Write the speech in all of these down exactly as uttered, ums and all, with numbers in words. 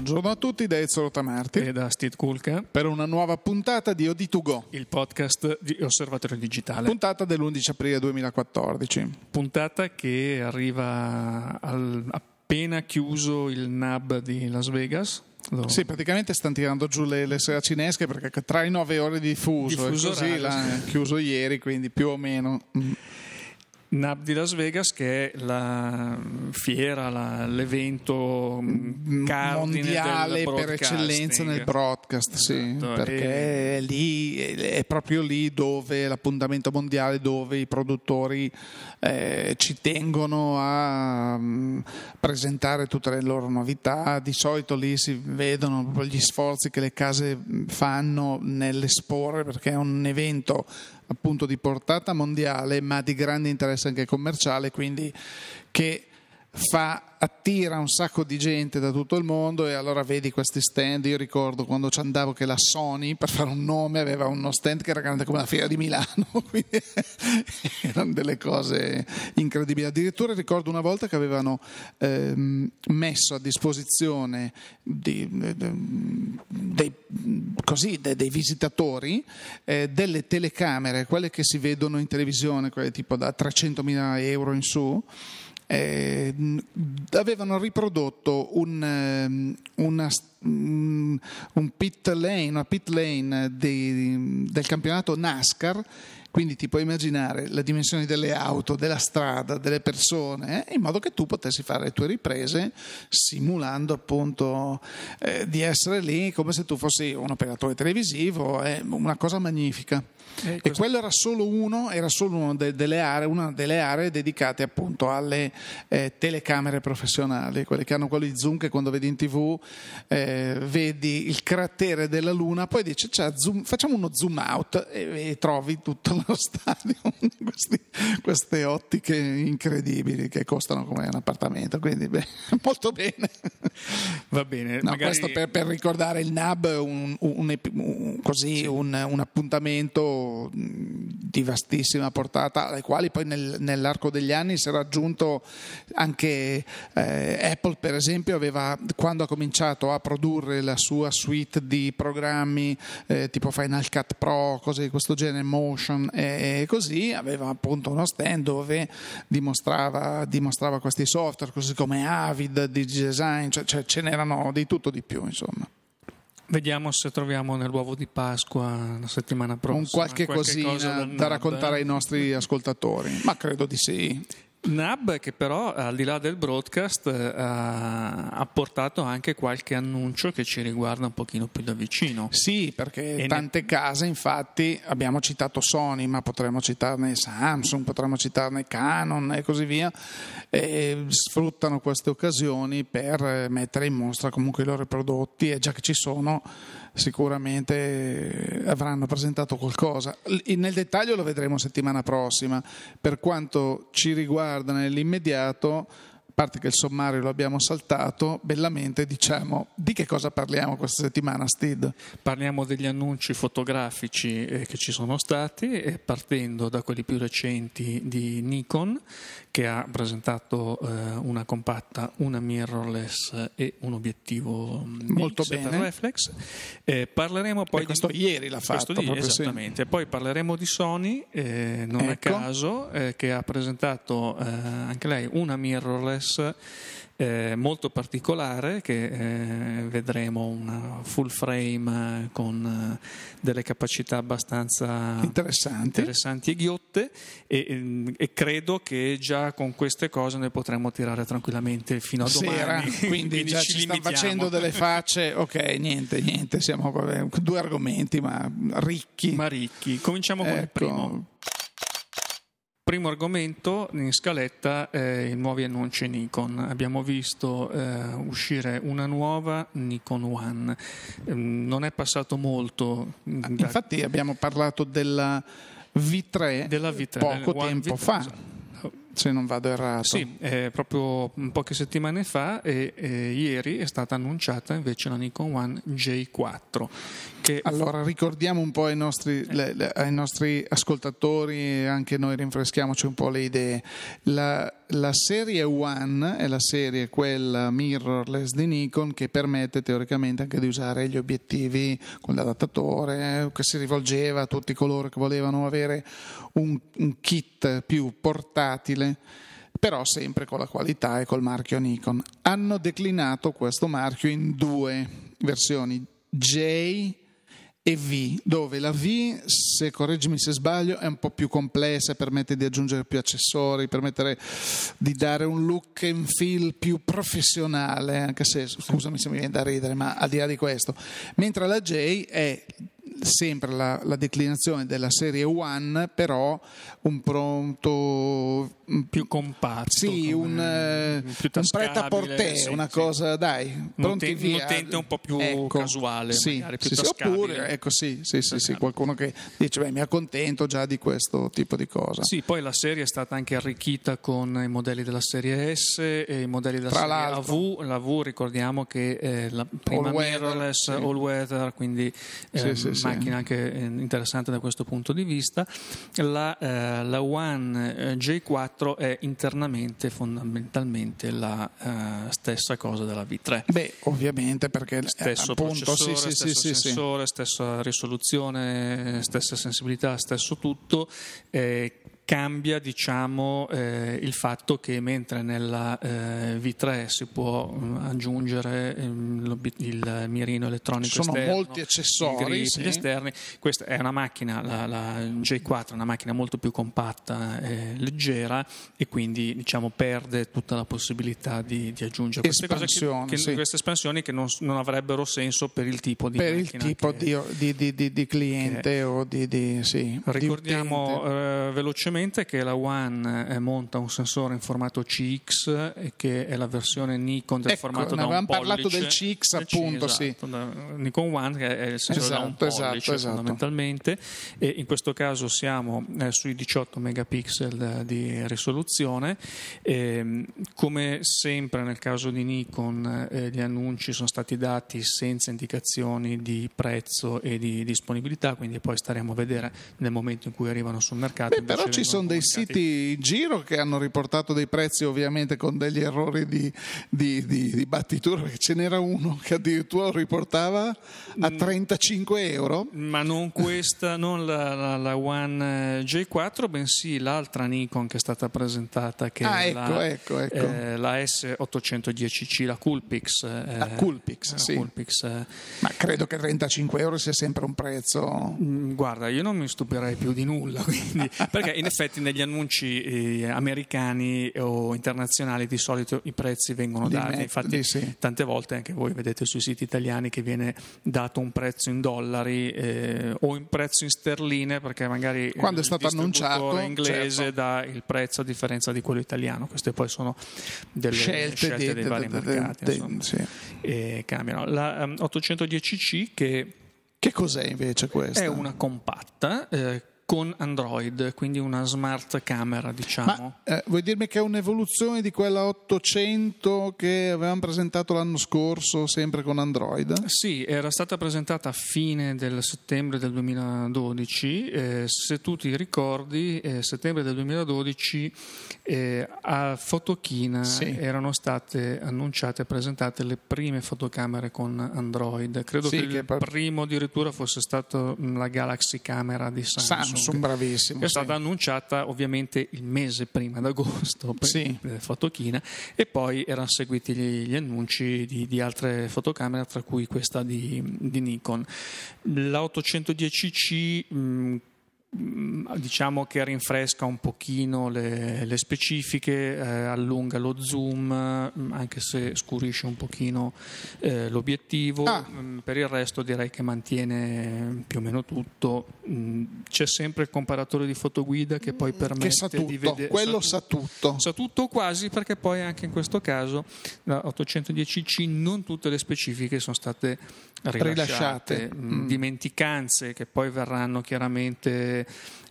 Buongiorno a tutti da Ezio Tamarti e da Steve Kulka per una nuova puntata di O D due Go, il podcast di Osservatorio Digitale. Puntata dell'undici aprile duemilaquattordici. Puntata che arriva al, appena chiuso il N A B di Las Vegas. Lo... Sì, praticamente stanno tirando giù le, le seracinesche perché tra i nove ore di fuso, di fuso e così orario, l'ha sì. chiuso ieri, quindi più o meno... Mm. N A B di Las Vegas, che è la fiera, la, l'evento mondiale per eccellenza nel broadcast, sì, esatto. Perché e... è, lì, è proprio lì dove l'appuntamento mondiale, dove i produttori eh, ci tengono a um, presentare tutte le loro novità. Di solito lì si vedono gli sforzi che le case fanno nell'esporre, perché è un evento appunto di portata mondiale ma di grande interesse anche commerciale, quindi che fa, attira un sacco di gente da tutto il mondo. E allora vedi questi stand. Io ricordo quando ci andavo che la Sony, per fare un nome, aveva uno stand che era grande come la fiera di Milano, quindi erano delle cose incredibili. Addirittura ricordo una volta che avevano ehm, messo a disposizione di, dei, così, dei, dei visitatori eh, delle telecamere, quelle che si vedono in televisione, quelle tipo da trecentomila euro in su. Eh, avevano riprodotto un, una, un pit lane, una pit lane di, del campionato NASCAR. Quindi ti puoi immaginare le dimensioni delle auto, della strada, delle persone, eh, in modo che tu potessi fare le tue riprese simulando appunto eh, di essere lì come se tu fossi un operatore televisivo. È una cosa magnifica. Eh, e quello era solo uno, era solo uno de, delle aree, una delle aree dedicate appunto alle eh, telecamere professionali, quelle che hanno quelli zoom che quando vedi in tv eh, vedi il cratere della luna, poi dici zoom, facciamo uno zoom out e, e trovi tutto lo stadio. Questi, queste ottiche incredibili che costano come un appartamento, quindi beh, molto bene. Va bene. No, magari... questo per, per ricordare il N A B, un, un, un, così, sì. un, un appuntamento di vastissima portata, alle quali poi nel, nell'arco degli anni si era aggiunto anche eh, Apple, per esempio, aveva, quando ha cominciato a produrre la sua suite di programmi eh, tipo Final Cut Pro, cose di questo genere, Motion e, e così, aveva appunto uno stand dove dimostrava, dimostrava questi software, così come Avid, DigiDesign, cioè, cioè ce n'erano di tutto di più, insomma. Vediamo se troviamo nell'uovo di Pasqua la settimana prossima un qualche, qualche cosina da raccontare ai nostri ascoltatori, ma credo di sì. N A B che però al di là del broadcast eh, ha portato anche qualche annuncio che ci riguarda un pochino più da vicino. Sì, perché e tante ne... case, infatti, abbiamo citato Sony, ma potremmo citarne Samsung, potremmo citarne Canon e così via, e sfruttano queste occasioni per mettere in mostra comunque i loro prodotti, e già che ci sono sicuramente avranno presentato qualcosa. Nel dettaglio lo vedremo settimana prossima. Per quanto ci riguarda nell'immediato, a parte che il sommario lo abbiamo saltato, bellamente diciamo di che cosa parliamo questa settimana, Steve? Parliamo degli annunci fotografici eh, che ci sono stati, e partendo da quelli più recenti di Nikon, che ha presentato eh, una compatta, una mirrorless e un obiettivo molto X bene per reflex. Eh, parleremo poi e questo di... ieri l'ha fatto di... proprio, esattamente. Sì. Poi parleremo di Sony, eh, non ecco. a caso, eh, che ha presentato eh, anche lei una mirrorless Eh, molto particolare, che eh, vedremo una full frame con eh, delle capacità abbastanza interessanti, interessanti e ghiotte, e, e credo che già con queste cose ne potremo tirare tranquillamente fino a sera, domani. quindi, quindi già ci, ci limitiamo. stanno facendo delle facce. Ok, niente, niente, siamo vabbè, due argomenti ma ricchi. Ma ricchi. Cominciamo con ecco. il primo. Primo argomento in scaletta, eh, i nuovi annunci Nikon. Abbiamo visto eh, uscire una nuova Nikon One. Eh, non è passato molto. Da... Infatti abbiamo parlato della V tre, della V tre poco One tempo V tre, fa. esatto. Se non vado errato. Sì, eh, proprio poche settimane fa, e eh, ieri è stata annunciata invece la Nikon One J quattro. Che Che... Allora ricordiamo un po' ai nostri, le, le, ai nostri ascoltatori, e anche noi rinfreschiamoci un po' le idee. La, la serie One è la serie quella mirrorless di Nikon che permette teoricamente anche di usare gli obiettivi con l'adattatore, che si rivolgeva a tutti coloro che volevano avere un, un kit più portatile, però sempre con la qualità e col marchio Nikon. Hanno declinato questo marchio in due versioni, J e V, dove la V, se correggimi se sbaglio, è un po' più complessa, permette di aggiungere più accessori, permette di dare un look and feel più professionale, anche se, scusami se mi viene da ridere, ma al di là di questo, mentre la J è sempre la, la declinazione della serie One, però un pronto più compatto, sì, un, un, più un prêt-à-porter, sì, una sì. cosa, dai, pronti un via. Un utente un po' più ecco, casuale, sì, magari, più sì, sì, oppure ecco sì, sì, sì, sì, qualcuno che dice beh, mi accontento già di questo tipo di cosa. Sì, poi la serie è stata anche arricchita con i modelli della serie S e i modelli della Tra serie l'altro. A V. La V ricordiamo che è la prima all mirrorless weather, sì. all weather, quindi sì, eh, sì, macchina sì. anche interessante da questo punto di vista. La, eh, la One J quattro è internamente fondamentalmente la eh, stessa cosa della V tre. Beh, ovviamente perché stesso appunto, processore, sì, sì, stesso sì, sensore, sì. stessa risoluzione, stessa sensibilità, stesso tutto. Eh, Cambia diciamo eh, il fatto che mentre nella eh, V tre si può um, aggiungere um, il mirino elettronico ci sono esterno, molti accessori, il grip, sì. gli esterni, questa è una macchina, la, la J quattro è una macchina molto più compatta e leggera e quindi diciamo perde tutta la possibilità di, di aggiungere queste cose che, che, sì. queste espansioni che non, non avrebbero senso per il tipo di per macchina il tipo che, di, di, di, di cliente che, o di, di sì, ricordiamo di eh, velocemente che la One eh, monta un sensore in formato C X e che è la versione Nikon del ecco, formato ne da un avevamo pollice. parlato del C X appunto, esatto, sì. da Nikon One che è il sensore esatto, da un pollice esatto, esatto. fondamentalmente e in questo caso siamo eh, sui diciotto megapixel di risoluzione e, come sempre nel caso di Nikon eh, gli annunci sono stati dati senza indicazioni di prezzo e di disponibilità, quindi poi staremo a vedere nel momento in cui arrivano sul mercato. Beh, però ci sono dei siti in giro che hanno riportato dei prezzi ovviamente con degli errori di, di, di, di battitura, perché ce n'era uno che addirittura lo riportava a trentacinque euro. Ma non questa, non la, la, la One J quattro, bensì l'altra Nikon che è stata presentata, che ah, è ecco, la, ecco, ecco. Eh, la S ottocentodieci C, la Coolpix. Eh, la Coolpix, la sì. Coolpix, eh. Ma credo che trentacinque euro sia sempre un prezzo. Guarda, io non mi stupirei più di nulla, quindi, perché in effetti negli annunci eh, americani o internazionali di solito i prezzi vengono Li dati, met- infatti li sì. tante volte anche voi vedete sui siti italiani che viene dato un prezzo in dollari eh, o in prezzo in sterline, perché magari quando il è stato annunciato inglese certo. dà il prezzo a differenza di quello italiano. Queste poi sono delle scelte, scelte di, dei de, vari de, mercati de, insomma, de, sì. e cambiano. La um, ottocentodieci C che Che cos'è invece questa? è una compatta eh, con Android, quindi una smart camera, diciamo. Ma eh, vuoi dirmi che è un'evoluzione di quella ottocento che avevamo presentato l'anno scorso, sempre con Android? Sì, era stata presentata a fine del settembre del duemiladodici. Eh, se tu ti ricordi, eh, settembre del duemiladodici eh, a Fotochina sì. erano state annunciate e presentate le prime fotocamere con Android. Credo sì, che, che il per... primo addirittura fosse stato la Galaxy Camera di Samsung. Samsung, bravissimo. È stata sì. annunciata ovviamente il mese prima d'agosto per sì. Fotochina e poi erano seguiti gli, gli annunci di, di altre fotocamere, tra cui questa di, di Nikon. La ottocentodieci C mh, diciamo che rinfresca un pochino le, le specifiche, eh, allunga lo zoom, anche se scurisce un pochino eh, l'obiettivo. Ah. Per il resto direi che mantiene più o meno tutto. C'è sempre il comparatore di fotoguida che poi permette che sa tutto. di vedere quello sa, sa tutto sa tutto quasi, perché poi anche in questo caso la ottocentodieci C non tutte le specifiche sono state rilasciate, rilasciate. Mm. dimenticanze che poi verranno chiaramente tutte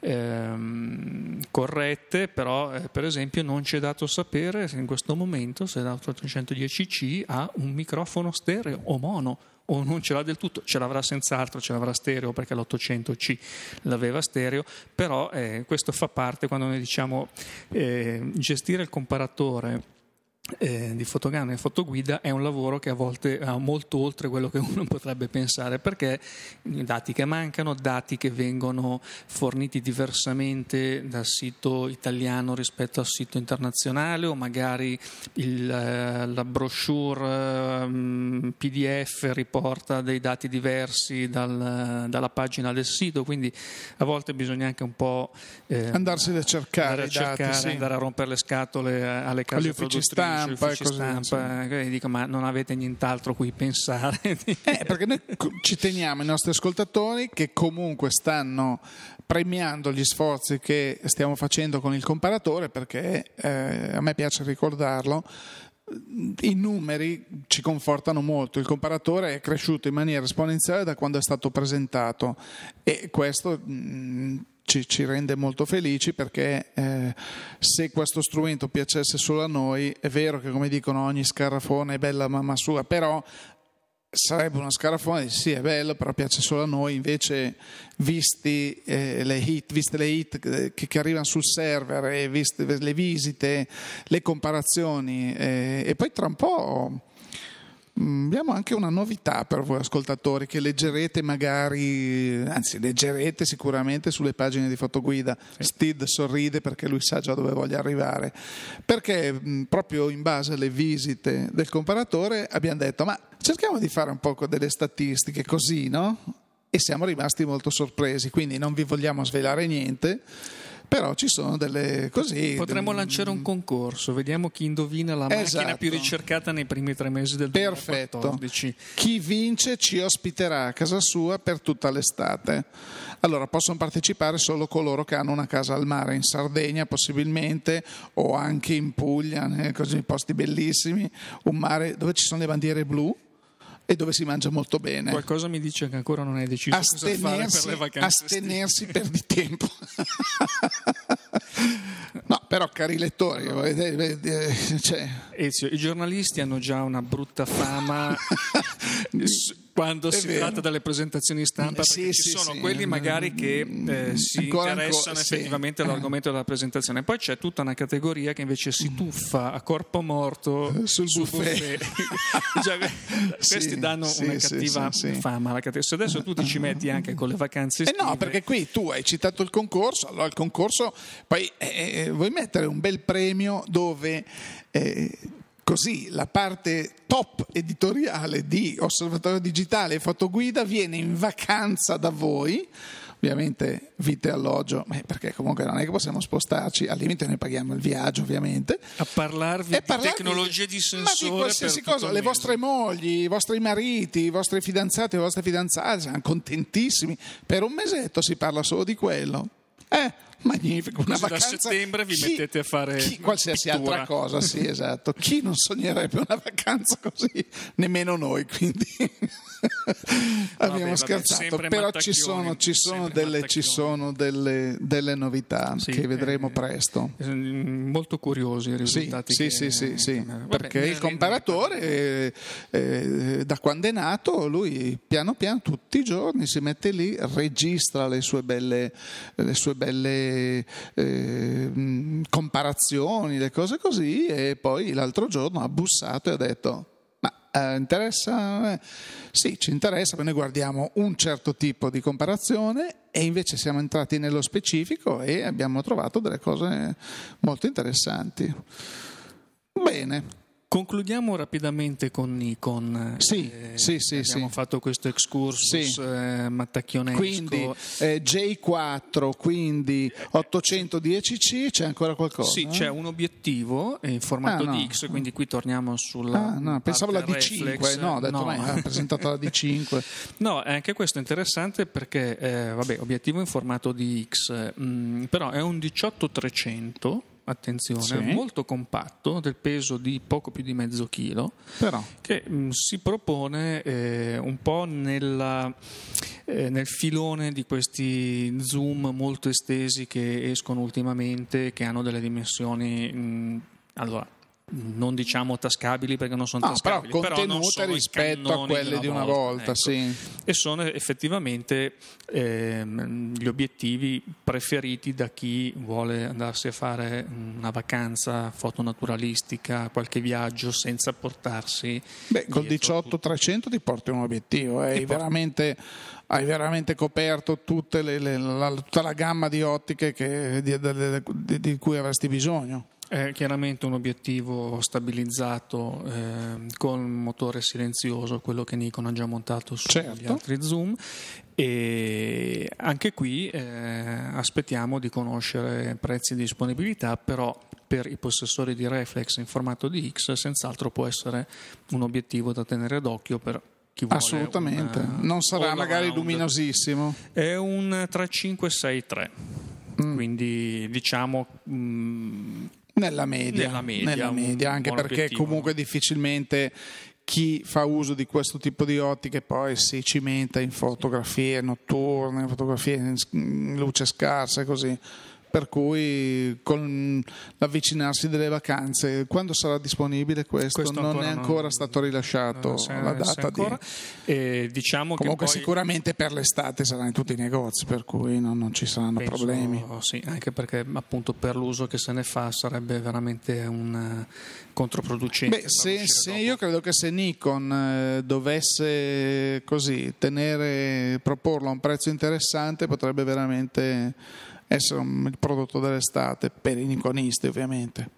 ehm, corrette, però eh, per esempio non ci è dato sapere se in questo momento se l'ottocentodieci C ha un microfono stereo o mono, o non ce l'ha del tutto. Ce l'avrà senz'altro, ce l'avrà stereo perché l'ottocento C l'aveva stereo, però eh, questo fa parte quando noi diciamo eh, gestire il comparatore Eh, di fotogramma e fotoguida è un lavoro che a volte va molto oltre quello che uno potrebbe pensare, perché dati che mancano, dati che vengono forniti diversamente dal sito italiano rispetto al sito internazionale, o magari il, la brochure um, P D F riporta dei dati diversi dal, dalla pagina del sito, quindi a volte bisogna anche un po' eh, andarseli a cercare, andare a, cercare dati, sì. andare a rompere le scatole alle case produttrici, Stampa, uffici stampa, e dico, ma non avete nient'altro a cui pensare? Eh, perché noi ci teniamo i nostri ascoltatori che comunque stanno premiando gli sforzi che stiamo facendo con il comparatore, perché eh, a me piace ricordarlo, i numeri ci confortano molto. Il comparatore è cresciuto in maniera esponenziale da quando è stato presentato, e questo mh, Ci, ci rende molto felici, perché eh, se questo strumento piacesse solo a noi, è vero che, come dicono, ogni scarafone è bella a mamma sua, però sarebbe uno scarafone, sì, è bello, però piace solo a noi. Invece, visti eh, le hit, viste le hit che, che arrivano sul server, e viste le visite, le comparazioni, eh, e poi tra un po' abbiamo anche una novità per voi ascoltatori, che leggerete magari, anzi leggerete sicuramente sulle pagine di Fotoguida. Sì. Steve sorride perché lui sa già dove voglia arrivare, perché mh, proprio in base alle visite del comparatore abbiamo detto, ma cerchiamo di fare un po' delle statistiche così, no? E siamo rimasti molto sorpresi, quindi non vi vogliamo svelare niente, però ci sono delle così. Potremmo lanciare un concorso, vediamo chi indovina la esatto. macchina più ricercata nei primi tre mesi del duemilaquattordici. Perfetto. Chi vince ci ospiterà a casa sua per tutta l'estate. Allora, possono partecipare solo coloro che hanno una casa al mare, in Sardegna possibilmente, o anche in Puglia, eh, così, posti bellissimi, un mare dove ci sono le bandiere blu e dove si mangia molto bene. Qualcosa mi dice che ancora non hai deciso astenersi, cosa fare per le vacanze. Astenersi per di tempo. No, però, cari lettori, cioè... Ezio, i giornalisti hanno già una brutta fama quando È si vero. tratta delle presentazioni stampa, Sì, perché sì, ci sono sì. quelli magari che eh, si Ancora, interessano ancora, sì. effettivamente all'argomento della presentazione. Poi c'è tutta una categoria che invece si tuffa a corpo morto sul, sul buffet, buffet. Già, questi sì, danno sì, una sì, cattiva sì, sì. fama alla categoria. Se adesso tu ti ci metti anche con le vacanze Eh estive, no, perché qui tu hai citato il concorso, allora il concorso, poi eh, vuoi mettere un bel premio dove eh, così la parte top editoriale di Osservatorio Digitale e Fotoguida viene in vacanza da voi. Ovviamente vite e alloggio, eh, perché comunque non è che possiamo spostarci, al limite noi paghiamo il viaggio ovviamente, a parlarvi e di parlarvi, tecnologie di sensore, ma di qualsiasi per cosa, le tutto il vostre mese. mogli, i vostri mariti, i vostri fidanzati, le vostre fidanzate saranno contentissimi. Per un mesetto si parla solo di quello. Eh, magnifico, una Così da vacanza. settembre vi Chi- mettete a fare chi- qualsiasi pittura. altra cosa, sì, esatto. Chi non sognerebbe una vacanza così? Nemmeno noi, quindi abbiamo vabbè, scherzato. sempre Però mattacchioni, ci sono, ci sono, sempre delle, ci mattacchioni. sono delle, delle novità Sì, che vedremo eh, presto. eh, molto curiosi i Sì, risultati. sì, che, sì, sì, sì. eh, vabbè, Perché ne il comparatore, rendono- eh, eh, da quando è nato, lui piano piano tutti i giorni si mette lì, registra le sue belle, le sue belle eh, mh, comparazioni, le cose così, e poi l'altro giorno ha bussato e ha detto: ma eh, interessa? Eh, sì, ci interessa, poi noi guardiamo un certo tipo di comparazione, e invece siamo entrati nello specifico e abbiamo trovato delle cose molto interessanti. Bene. Concludiamo rapidamente con Nikon. Sì, Eh, sì, sì, abbiamo sì. fatto questo excursus Sì. eh, mattacchionesco. Quindi eh, J quattro, quindi ottocentodieci C, c'è ancora qualcosa? Sì, eh? c'è un obiettivo in formato Ah, no. di X, quindi qui torniamo sulla Ah, no, pensavo la parte D cinque, reflex. no, ho detto, No. ma ha presentato la D cinque. No, anche questo è interessante perché, eh, vabbè, obiettivo in formato di X, mh, però è un diciotto trecento, attenzione, Sì. molto compatto, del peso di poco più di mezzo chilo, Però che mh, si propone eh, un po' nella eh, nel filone di questi zoom molto estesi che escono ultimamente, che hanno delle dimensioni mh, allora non diciamo tascabili perché non sono no, tascabili, però contenute però non sono rispetto a quelle di una volta, ecco. sì. E sono effettivamente ehm, gli obiettivi preferiti da chi vuole andarsi a fare una vacanza fotonaturalistica, qualche viaggio senza portarsi Beh, col dietro diciotto trecento ti porti un obiettivo, hai veramente, hai veramente coperto tutte le, le, la, tutta la gamma di ottiche che, di, di, di cui avresti bisogno. È chiaramente un obiettivo stabilizzato eh, con motore silenzioso, quello che Nikon ha già montato sugli certo. altri zoom, e anche qui eh, aspettiamo di conoscere prezzi di disponibilità, però per i possessori di reflex in formato D X senz'altro può essere un obiettivo da tenere d'occhio per chi vuole. Assolutamente, una, non sarà magari luminosissimo. È un trentacinque sei tre, mm. quindi diciamo mh, Nella media, nella media, nella media anche perché comunque difficilmente chi fa uso di questo tipo di ottiche poi si cimenta in fotografie notturne, in fotografie in luce scarsa e così. Per cui con l'avvicinarsi delle vacanze, quando sarà disponibile questo? questo non è ancora non, stato rilasciato se, la data ancora. Di... E diciamo comunque che poi, sicuramente per l'estate sarà in tutti i negozi, per cui non, non ci saranno penso, problemi. Sì, anche perché appunto per l'uso che se ne fa sarebbe veramente un controproducente. Beh, se, se io credo che se Nikon eh, dovesse così tenere, proporlo a un prezzo interessante, potrebbe veramente essere un, il prodotto dell'estate per i nikonisti, ovviamente.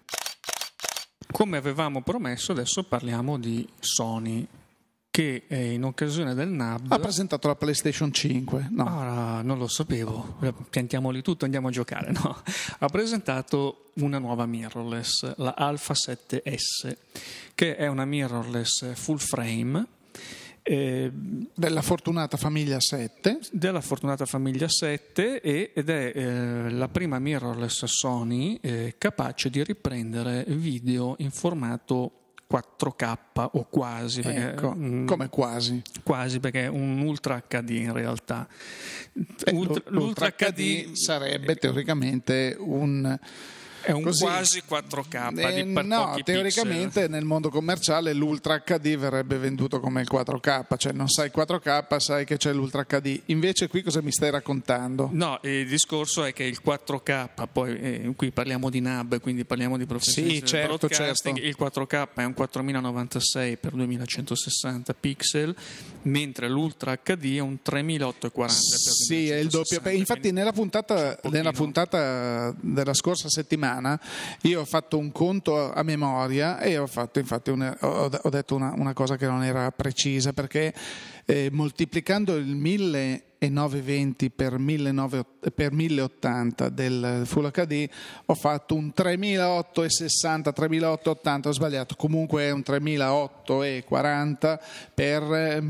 Come avevamo promesso, adesso parliamo di Sony, che in occasione del N A B ha presentato la PlayStation cinque. No, ah, non lo sapevo, piantiamoli tutto, andiamo a giocare. No, ha presentato una nuova mirrorless, la Alpha sette S, che è una mirrorless full frame. Eh, della fortunata famiglia sette della fortunata famiglia sette ed è eh, la prima mirrorless Sony eh, capace di riprendere video in formato quattro K o quasi, perché, ecco, mh, come quasi quasi perché è un Ultra acca di in realtà. Beh, Ultra, l'Ultra acca di sarebbe teoricamente un è un così. quasi quattro K eh, di per no, pochi teoricamente pixel. Nel mondo commerciale l'Ultra acca di verrebbe venduto come il quattro K, cioè non sai quattro K, sai che c'è l'Ultra acca di. Invece qui cosa mi stai raccontando? No, il discorso è che il quattro K, poi eh, qui parliamo di N A B, quindi parliamo di professionisti sì, certo, del broadcasting, certo. Il quattro K è un quattromilanovantasei per duemilacentosessanta pixel, mentre l'Ultra acca di è un tremilaottocentoquaranta per sì, è il doppio. Infatti nella puntata, nella puntata della scorsa settimana io ho fatto un conto a memoria e ho fatto infatti una, ho, ho detto una, una cosa che non era precisa, perché eh, moltiplicando il millenovecentoventi per milleottanta del Full acca di ho fatto un tremilaottocentosessanta tremilaottocentoottanta, ho sbagliato, comunque è un tremilaottocentoquaranta per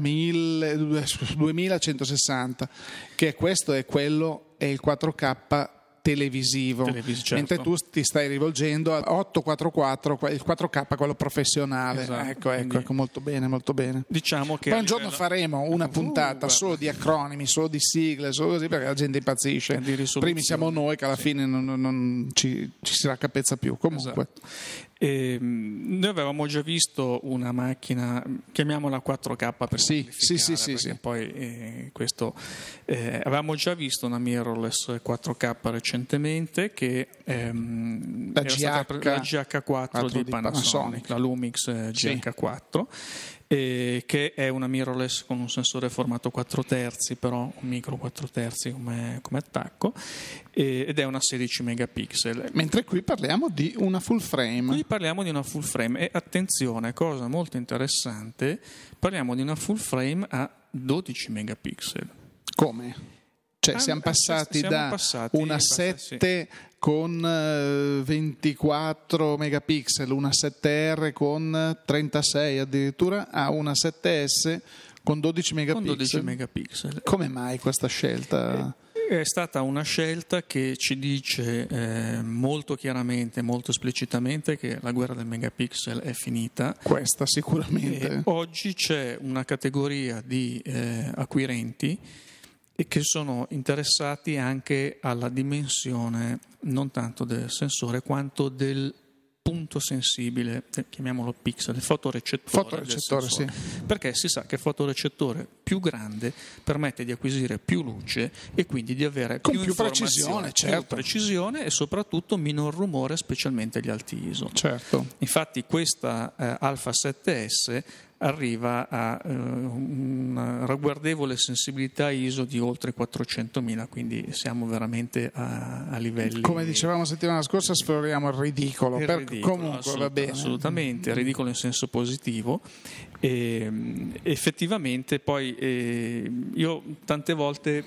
duemilacentosessanta, che questo è quello, è il quattro K televisivo, Televis, certo. Mentre tu ti stai rivolgendo a ottocentoquarantaquattro, il quattro K, quello professionale. Esatto, ecco, ecco, ecco, molto bene, molto bene. Diciamo che poi un giorno livello... faremo una puntata uh, solo di acronimi, solo di sigle, solo così, perché la gente impazzisce. Primi siamo noi che alla sì. fine non, non ci, ci si raccapezza più. Comunque. Esatto. E, noi avevamo già visto una macchina, chiamiamola quattro K per sì, sì, sì, sì, sì. poi eh, questo eh, avevamo già visto una mirrorless quattro K recentemente, che ehm, la, era G H, stata la G H quattro di, di Panasonic, Panasonic, la Lumix eh, G H quattro. Sì. Eh, che è una mirrorless con un sensore formato quattro terzi, però un micro quattro terzi come, come attacco, eh, ed è una sedici megapixel. Mentre qui parliamo di una full frame. Qui parliamo di una full frame e attenzione, cosa molto interessante, parliamo di una full frame a dodici megapixel. Come? Cioè ah, siamo passati siamo da passati, una sette sì. con ventiquattro megapixel, una sette R con trentasei addirittura, a una sette S con dodici megapixel. Con dodici megapixel. Come mai questa scelta? È stata una scelta che ci dice eh, molto chiaramente, molto esplicitamente che la guerra del megapixel è finita. Questa sicuramente. E oggi c'è una categoria di eh, acquirenti e che sono interessati anche alla dimensione non tanto del sensore quanto del punto sensibile, chiamiamolo pixel, il fotorecettore, fotorecettore sì. Perché si sa che il fotorecettore più grande permette di acquisire più luce e quindi di avere con più, più precisione, certo. più precisione e soprattutto minor rumore, specialmente agli alti I S O. Certo. Infatti questa eh, Alpha sette S arriva a eh, una ragguardevole sensibilità I S O di oltre quattrocentomila, quindi siamo veramente a, a livelli... Come dicevamo settimana scorsa, sforiamo il ridicolo, il per, ridicolo comunque assolut- va bene. Assolutamente, ridicolo in senso positivo. E, effettivamente poi eh, io tante volte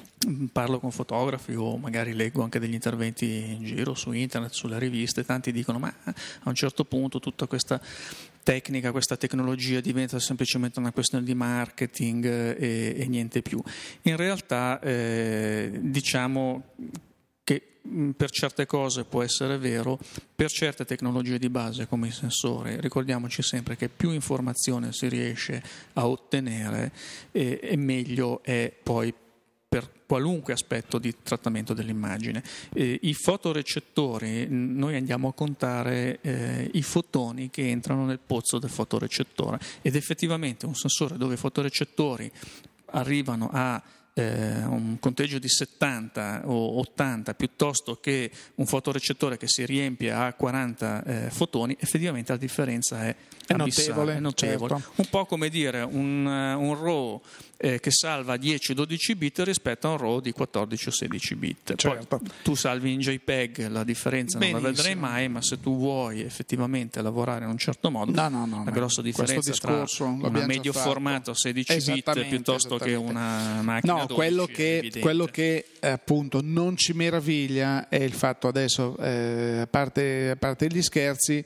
parlo con fotografi o magari leggo anche degli interventi in giro su internet, sulle riviste, tanti dicono ma a un certo punto tutta questa tecnica, questa tecnologia diventa semplicemente una questione di marketing e, e niente più. In realtà eh, diciamo che per certe cose può essere vero, per certe tecnologie di base come i sensori, ricordiamoci sempre che più informazione si riesce a ottenere e, e meglio è poi per qualunque aspetto di trattamento dell'immagine. Eh, I fotorecettori, noi andiamo a contare eh, i fotoni che entrano nel pozzo del fotorecettore ed effettivamente un sensore dove i fotorecettori arrivano a eh, un conteggio di settanta o ottanta piuttosto che un fotorecettore che si riempie a quaranta eh, fotoni, effettivamente la differenza è, è abissale, notevole, è notevole. Certo. Un po' come dire un, un RAW eh, che salva dieci dodici bit rispetto a un RAW di quattordici o sedici bit. Certo. Poi tu salvi in JPEG, la differenza Benissimo. non la vedrai mai, ma se tu vuoi effettivamente lavorare in un certo modo, no, no, no, la grossa differenza tra una medio formato sedici bit piuttosto che una macchina no, dodici quello è che, evidente. quello che eh, appunto non ci meraviglia è il fatto adesso, eh, a, parte, a parte gli scherzi,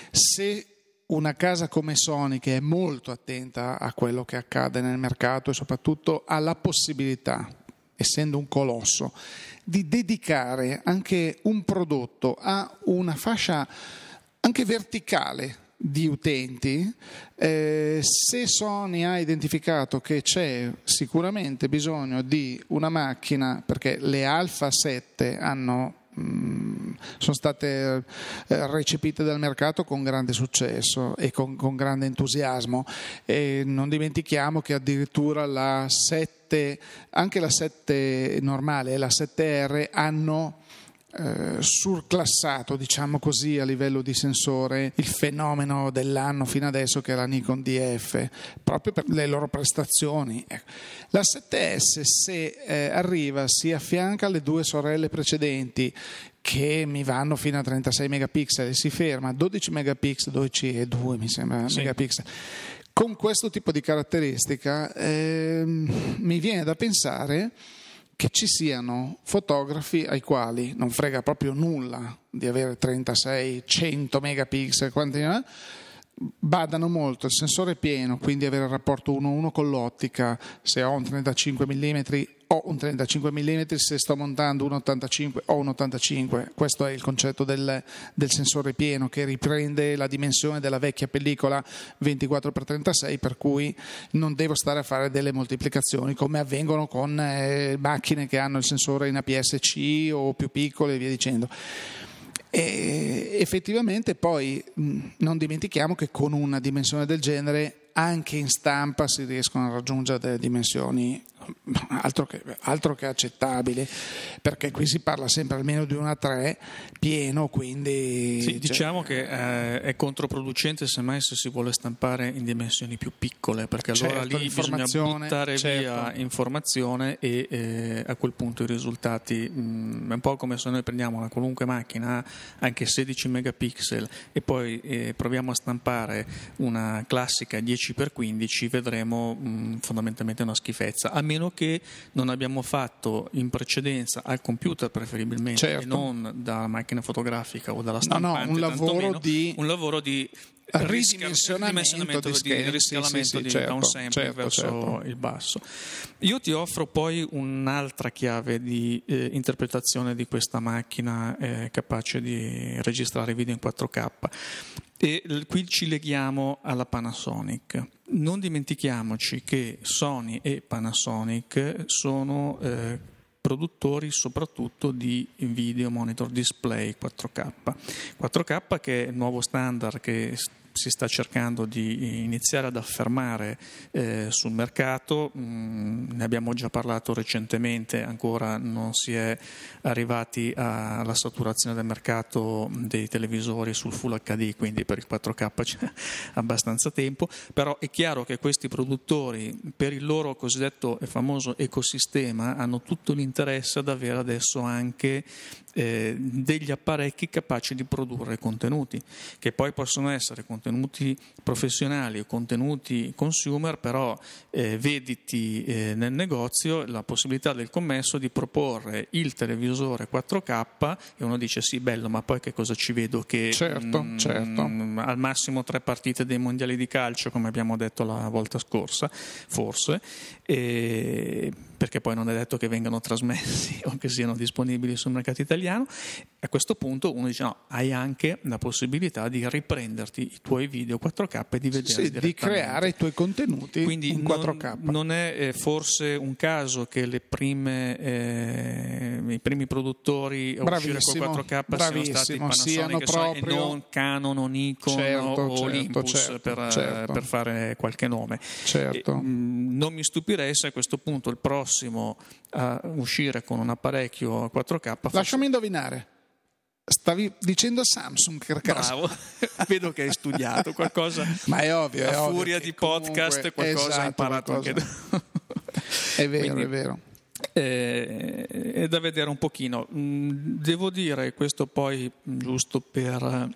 se una casa come Sony, che è molto attenta a quello che accade nel mercato e soprattutto ha la possibilità, essendo un colosso, di dedicare anche un prodotto a una fascia anche verticale di utenti, eh, se Sony ha identificato che c'è sicuramente bisogno di una macchina, perché le Alpha sette hanno sono state recepite dal mercato con grande successo e con, con grande entusiasmo, e non dimentichiamo che addirittura la sette, anche la sette normale e la sette R hanno eh, surclassato, diciamo così, a livello di sensore il fenomeno dell'anno fino adesso, che è la Nikon D F, proprio per le loro prestazioni. La sette S, se eh, arriva, si affianca alle due sorelle precedenti che mi vanno fino a trentasei megapixel e si ferma a dodici megapixel, dodici e due mi sembra, sì, megapixel. Con questo tipo di caratteristica eh, mi viene da pensare che ci siano fotografi ai quali non frega proprio nulla di avere trentasei, cento megapixel, quanti, eh? badano molto il sensore pieno, quindi avere il rapporto uno a uno con l'ottica. Se ho un trentacinque millimetri ho un trentacinque millimetri, se sto montando un ottantacinque ho un ottantacinque. Questo è il concetto del, del sensore pieno, che riprende la dimensione della vecchia pellicola ventiquattro per trentasei, per cui non devo stare a fare delle moltiplicazioni come avvengono con eh, macchine che hanno il sensore in A P S C o più piccole e via dicendo. E effettivamente poi non dimentichiamo che con una dimensione del genere anche in stampa si riescono a raggiungere delle dimensioni altro che, altro che accettabili, perché qui si parla sempre almeno di una tre pieno, quindi sì, cioè, diciamo che eh, è controproducente semmai se si vuole stampare in dimensioni più piccole, perché allora certo, lì bisogna buttare certo. via informazione e eh, a quel punto i risultati mh, è un po' come se noi prendiamo una qualunque macchina anche sedici megapixel e poi eh, proviamo a stampare una classica dieci per quindici, vedremo mh, fondamentalmente una schifezza, a meno che non abbiamo fatto in precedenza al computer preferibilmente, certo, e non dalla macchina fotografica o dalla stampante, no, no, un lavoro meno, di un lavoro di ridimensionamento di schermi, di riscalamento sì, sì, di certo, downsampling certo, verso certo. il basso. Io ti offro poi un'altra chiave di eh, interpretazione di questa macchina eh, capace di registrare video in quattro K. E qui ci leghiamo alla Panasonic. Non dimentichiamoci che Sony e Panasonic sono eh, produttori soprattutto di video monitor display quattro K. quattro K che è il nuovo standard che si sta cercando di iniziare ad affermare eh, sul mercato. Mm, ne abbiamo già parlato recentemente, ancora non si è arrivati alla saturazione del mercato dei televisori sul Full H D, quindi per il quattro K c'è abbastanza tempo, però è chiaro che questi produttori, per il loro cosiddetto e famoso ecosistema, hanno tutto l'interesse ad avere adesso anche eh, degli apparecchi capaci di produrre contenuti, che poi possono essere contenuti professionali o contenuti consumer, però eh, vediti eh, nel negozio la possibilità del commesso di proporre il televisore quattro K e uno dice sì, bello, ma poi che cosa ci vedo? Che certo, mh, certo. al massimo tre partite dei mondiali di calcio, come abbiamo detto la volta scorsa, forse, e perché poi non è detto che vengano trasmessi o che siano disponibili sul mercato italiano. A questo punto uno dice no, hai anche la possibilità di riprenderti i tuoi video quattro K e di vederli sì, di creare i tuoi contenuti Quindi in quattro K. Non, non è eh, forse un caso che le prime, eh, i primi produttori a uscire col quattro K siano stati Panasonic proprio... e non Canon o Nikon certo, o certo, Olympus certo, per, certo. per fare qualche nome. Certo. E, mh, non mi stupirei se a questo punto il prossimo a uscire con un apparecchio quattro K fosse... Lasciami indovinare. Stavi dicendo Samsung, per caso. Bravo, vedo che hai studiato qualcosa. Ma è ovvio, è a ovvio furia di podcast comunque, qualcosa esatto, hai imparato qualcosa. anche È vero, Quindi, è vero. Eh, è da vedere un pochino. Devo dire, questo poi giusto per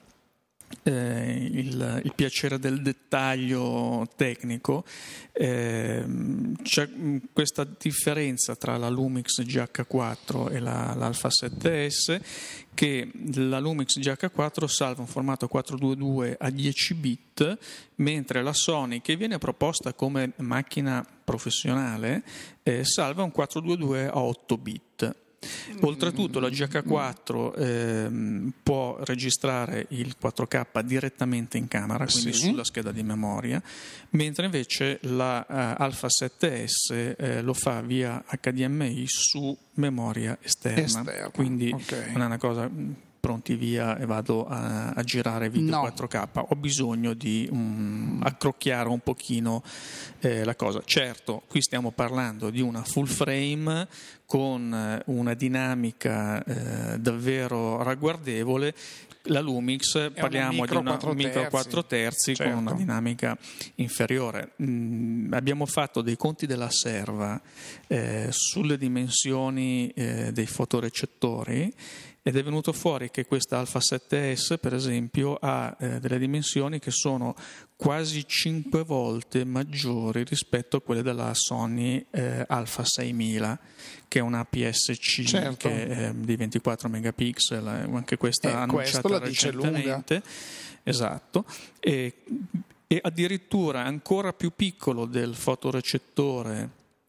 eh, il, il piacere del dettaglio tecnico, eh, c'è questa differenza tra la Lumix G H quattro e la, l'Alpha sette S, che la Lumix G H quattro salva un formato quattrocentoventidue a dieci bit, mentre la Sony, che viene proposta come macchina professionale, eh, salva un quattrocentoventidue a otto bit. Oltretutto la G H quattro ehm, può registrare il quattro K direttamente in camera, quindi sì. sulla scheda di memoria, mentre invece la uh, Alpha sette S eh, lo fa via H D M I su memoria esterna, esterna. Quindi okay. non è una cosa pronti via e vado a, a girare video no. quattro K, ho bisogno di um, accrocchiare un pochino eh, la cosa. Certo, qui stiamo parlando di una full frame con una dinamica eh, davvero ragguardevole. La Lumix, parliamo di una micro quattro terzi certo. con una dinamica inferiore. Mm, abbiamo fatto dei conti della serva eh, sulle dimensioni eh, dei fotorecettori ed è venuto fuori che questa Alpha sette S, per esempio, ha eh, delle dimensioni che sono quasi cinque volte maggiori rispetto a quelle della Sony eh, Alpha seimila, che è una A P S C certo. che è di ventiquattro megapixel, anche questa eh, annunciata la recentemente. Dice esatto. E, e addirittura ancora più piccolo del fotorecettore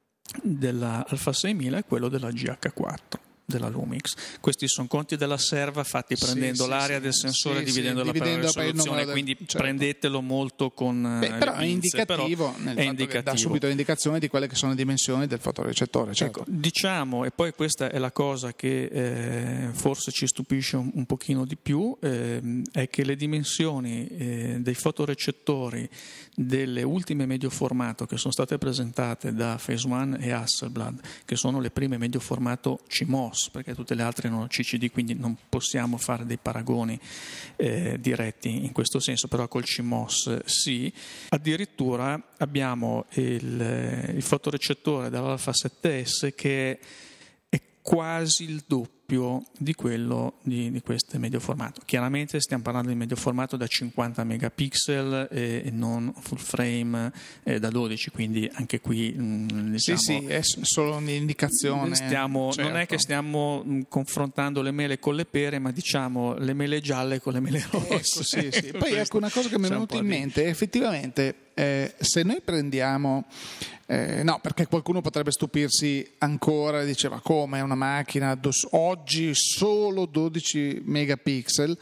della Alpha seimila è quello della G H quattro. Della Lumix. Questi sono conti della serva fatti prendendo sì, l'area sì, del sensore sì, e dividendola sì, per la risoluzione, del... quindi certo. prendetelo molto con Beh, però le è pinze, indicativo, però nel è fatto indicativo. Che dà subito l'indicazione di quelle che sono le dimensioni del fotorecettore. Certo. Ecco, diciamo, e poi questa è la cosa che eh, forse ci stupisce un, un pochino di più, eh, è che le dimensioni eh, dei fotorecettori delle ultime medio formato che sono state presentate da Phase One e Hasselblad, che sono le prime medio formato C M O S, perché tutte le altre non C C D, quindi non possiamo fare dei paragoni eh, diretti in questo senso, però col C M O S sì. Addirittura abbiamo il, il fotorecettore dell'Alpha sette S che è quasi il doppio doppio di quello di, di questo medio formato. Chiaramente stiamo parlando di medio formato da cinquanta megapixel e, e non full frame eh, da dodici, quindi anche qui mh, diciamo, sì sì, è solo un'indicazione. Stiamo, certo. Non è che stiamo mh, confrontando le mele con le pere, ma diciamo le mele gialle con le mele rosse. Ecco, sì, sì. Poi ecco una cosa che mi è venuta in mente, effettivamente eh, se noi prendiamo eh, no, perché qualcuno potrebbe stupirsi ancora e diceva come una macchina dos- oggi solo dodici megapixel,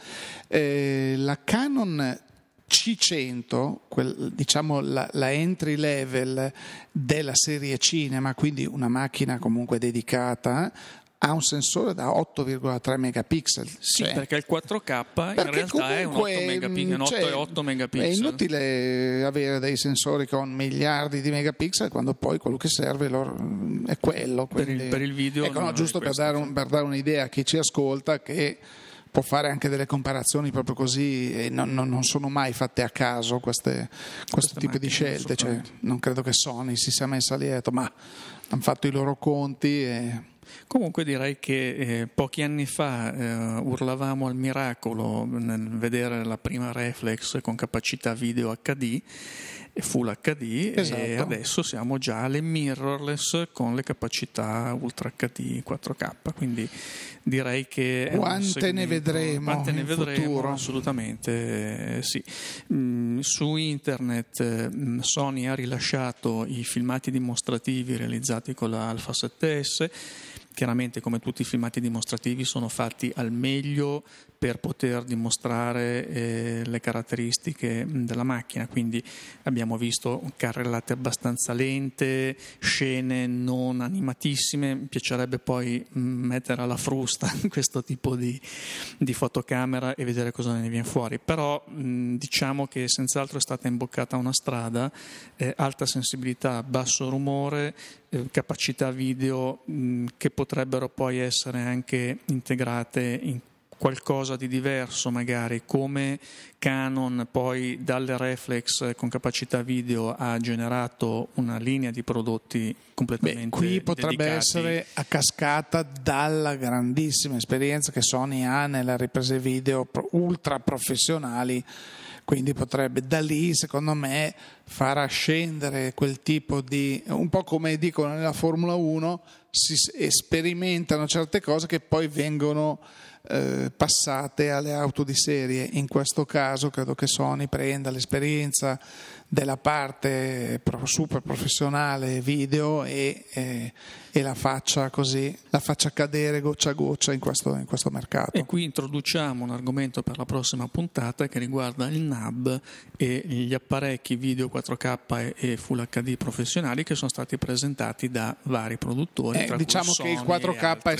eh, la Canon C cento, quel, diciamo la, la entry level della serie cinema, quindi una macchina comunque dedicata, ha un sensore da otto virgola tre megapixel. Sì, cioè, perché il quattro K in realtà è un otto megapixel, un otto cioè, e otto megapixel. È inutile avere dei sensori con miliardi di megapixel quando poi quello che serve loro è quello. Per quindi, il, per il video. ecco, no, giusto per dare, un, per dare un'idea a chi ci ascolta che può fare anche delle comparazioni proprio così e non, non, non sono mai fatte a caso queste, questo tipo di scelte. Cioè, non credo che Sony si sia messa lì e ha detto ma hanno fatto i loro conti e... Comunque direi che eh, pochi anni fa eh, urlavamo al miracolo nel vedere la prima reflex con capacità video acca di e Full acca di, esatto. E adesso siamo già alle mirrorless con le capacità Ultra acca di quattro K, quindi direi che è quante un segmento, ne vedremo quante ne in vedremo futuro. Assolutamente eh, sì. Mm, su internet mm, Sony ha rilasciato i filmati dimostrativi realizzati con la Alpha sette S. Chiaramente, come tutti i filmati dimostrativi, sono fatti al meglio per poter dimostrare eh, le caratteristiche della macchina, quindi abbiamo visto carrellate abbastanza lente, scene non animatissime. Mi piacerebbe poi mh, mettere alla frusta questo tipo di, di fotocamera e vedere cosa ne viene fuori, però mh, diciamo che senz'altro è stata imboccata una strada, eh, alta sensibilità, basso rumore, eh, capacità video mh, che potrebbero poi essere anche integrate in qualcosa di diverso, magari come Canon poi dalle reflex con capacità video ha generato una linea di prodotti completamente Beh, qui potrebbe dedicati. essere a cascata dalla grandissima esperienza che Sony ha nelle riprese video ultra professionali, quindi potrebbe da lì secondo me far ascendere quel tipo di, un po' come dicono nella Formula uno, si sperimentano certe cose che poi vengono Eh, passate alle auto di serie. In questo caso credo che Sony prenda l'esperienza della parte super professionale video e, e, e la faccia così, la faccia cadere goccia a goccia in questo, in questo mercato. E qui introduciamo un argomento per la prossima puntata che riguarda il N A B e gli apparecchi video quattro K e Full acca di professionali che sono stati presentati da vari produttori. Eh, tra diciamo cui che il Sony quattro K è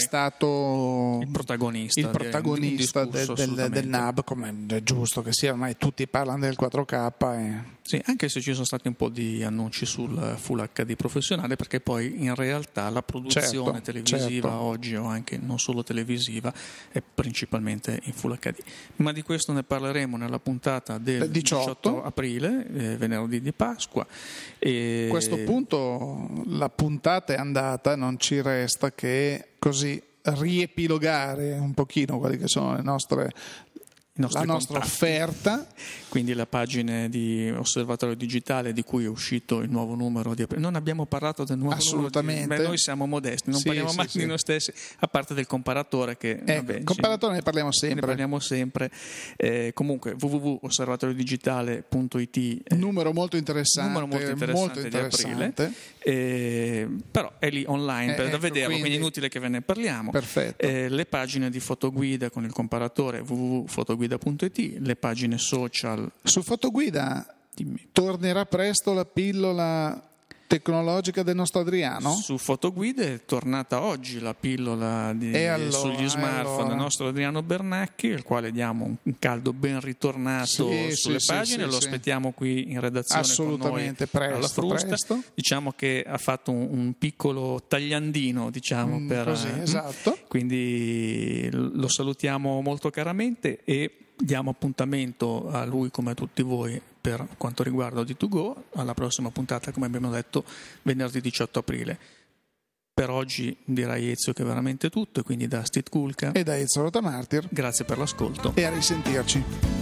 stato il protagonista, il protagonista del, del, del N A B, come è giusto che sia, ormai tutti parlano del quattro K. E... Sì, anche se ci sono stati un po' di annunci sul Full acca di professionale, perché poi in realtà la produzione certo, televisiva certo. oggi, o anche non solo televisiva, è principalmente in Full acca di. Ma di questo ne parleremo nella puntata del diciotto, diciotto aprile, eh, venerdì di Pasqua. E... A questo punto la puntata è andata, non ci resta che così riepilogare un pochino quelle che sono le nostre la nostra contatti. Offerta, quindi le pagine di Osservatorio Digitale di cui è uscito il nuovo numero di aprile. Non abbiamo parlato del nuovo assolutamente numero di... Beh, noi siamo modesti, non sì, parliamo sì, mai sì. di noi stessi, a parte del comparatore che eh, vabbè, comparatore sì, ne parliamo sempre, ne parliamo sempre. Eh, comunque w w w punto osservatorio digitale punto i t eh, numero molto interessante, numero molto interessante, molto interessante. Di aprile, eh, però è lì online eh, per ecco, da vederlo, quindi, quindi è inutile che ve ne parliamo. Perfetto. Eh, le pagine di fotoguida con il comparatore w w w punto fotoguida punto i t, le pagine social. Su Fotoguida Dimmi. Tornerà presto la pillola tecnologica del nostro Adriano? Su Fotoguida è tornata oggi la pillola di, allora, sugli smartphone allora. del nostro Adriano Bernacchi, al quale diamo un caldo ben ritornato sì, sulle sì, pagine. sì, lo sì. aspettiamo qui in redazione assolutamente, con noi presto, alla frusta. Presto. Diciamo che ha fatto un, un piccolo tagliandino, diciamo, mm, per, così, esatto. Quindi lo salutiamo molto caramente e diamo appuntamento a lui come a tutti voi per quanto riguarda O D due Go alla prossima puntata, come abbiamo detto, venerdì diciotto aprile. per oggi direi, Ezio, che è veramente tutto, e quindi da Steve Kulka e da Ezio Rotamartir, grazie per l'ascolto e a risentirci.